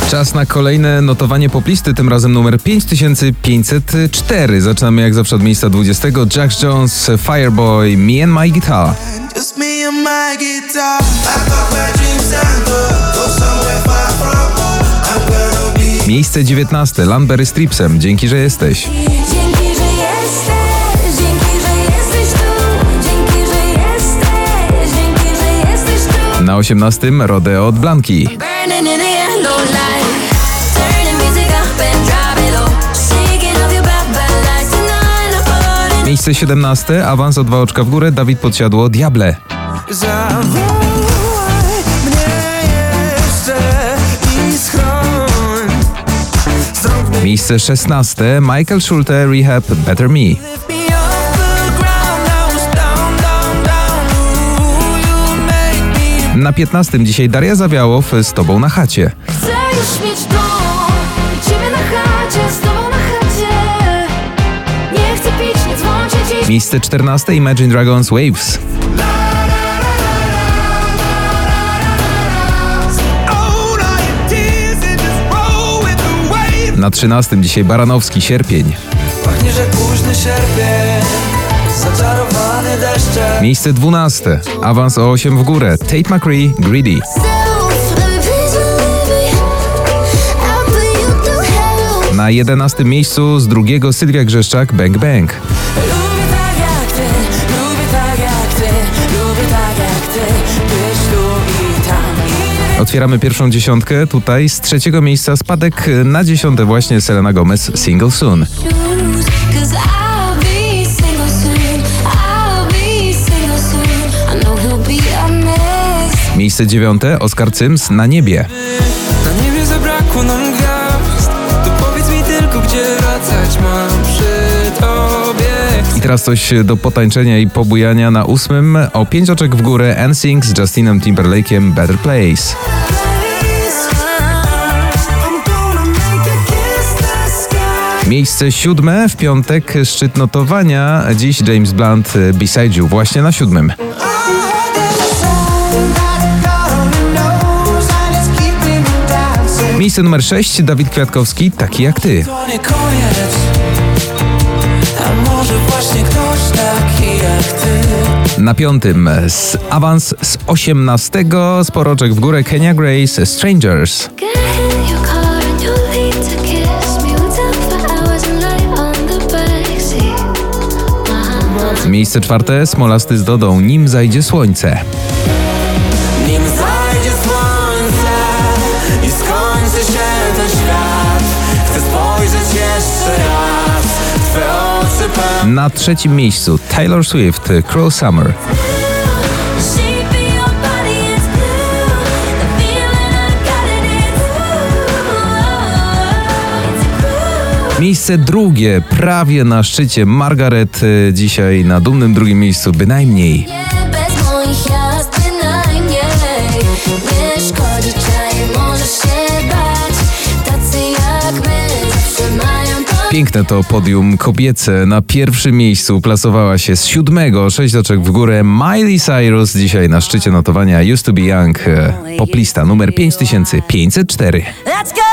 Czas na kolejne notowanie poplisty, tym razem numer 5504. Zaczynamy jak zawsze od miejsca 20. Jax Jones, Fireboy, Me and My Guitar. Miejsce 19. Lanberry z Tripsem, Dzięki, że jesteś. Na 18. Rodeo od Blanki. Miejsce 17. Awans o 2 oczka w górę, Dawid Podsiadło, Diable. Miejsce 16. Michael Schulte, Rehab, Better Me. Na 15. dzisiaj Daria Zawiałow, Z tobą na chacie. Chcę już mieć dom i ciebie na chacie, z tobą na chacie. Nie chcę pić, nie dzwonię dziś. Miejsce 14. Imagine Dragons, Waves. Na 13. dzisiaj Baranowski, Sierpień. Pachnie, że późny sierpień, zaczarowany deszczem. Miejsce 12. Awans o 8 w górę, Tate McRae, Greedy. Na 11. miejscu z drugiego Sylwia Grzeszczak, Bang Bang. Lubię tak jak ty, lubię tak jak ty, lubię tak jak ty, być tu i tam. Otwieramy pierwszą dziesiątkę, tutaj z trzeciego miejsca spadek na 10. właśnie Selena Gomez, Single Soon. Miejsce 9. Oskar Cyms, Na niebie. Na niebie zabrakło nam gwiazd, to powiedz mi tylko, gdzie wracać mam przy tobie. I teraz coś do potańczenia i pobujania na 8. O 5 oczek w górę NSYNC z Justinem Timberlake'iem, Better Place. Miejsce 7. w piątek szczyt notowania. Dziś James Blunt, Beside You, właśnie na 7. Miejsce numer 6. Dawid Kwiatkowski, Taki jak ty. To nie koniec, a może właśnie ktoś taki jak ty. Na 5. Awans z 18. Sporo oczek w górę, Kenya Grace, Strangers. Miejsce 4. Smolasty z Dodą, Nim zajdzie słońce. Nim zajdzie słońce i skończy się ten świat, chcę spojrzeć jeszcze raz w twe oczy pełne. Na 3. miejscu Taylor Swift, Cruel Summer. Miejsce 2. prawie na szczycie Margaret, dzisiaj na dumnym 2. miejscu, Bynajmniej. Piękne to podium kobiece. Na 1. miejscu plasowała się z 7. 6 oczek w górę Miley Cyrus, dzisiaj na szczycie notowania Used to be Young. Poplista numer 5504. Let's go!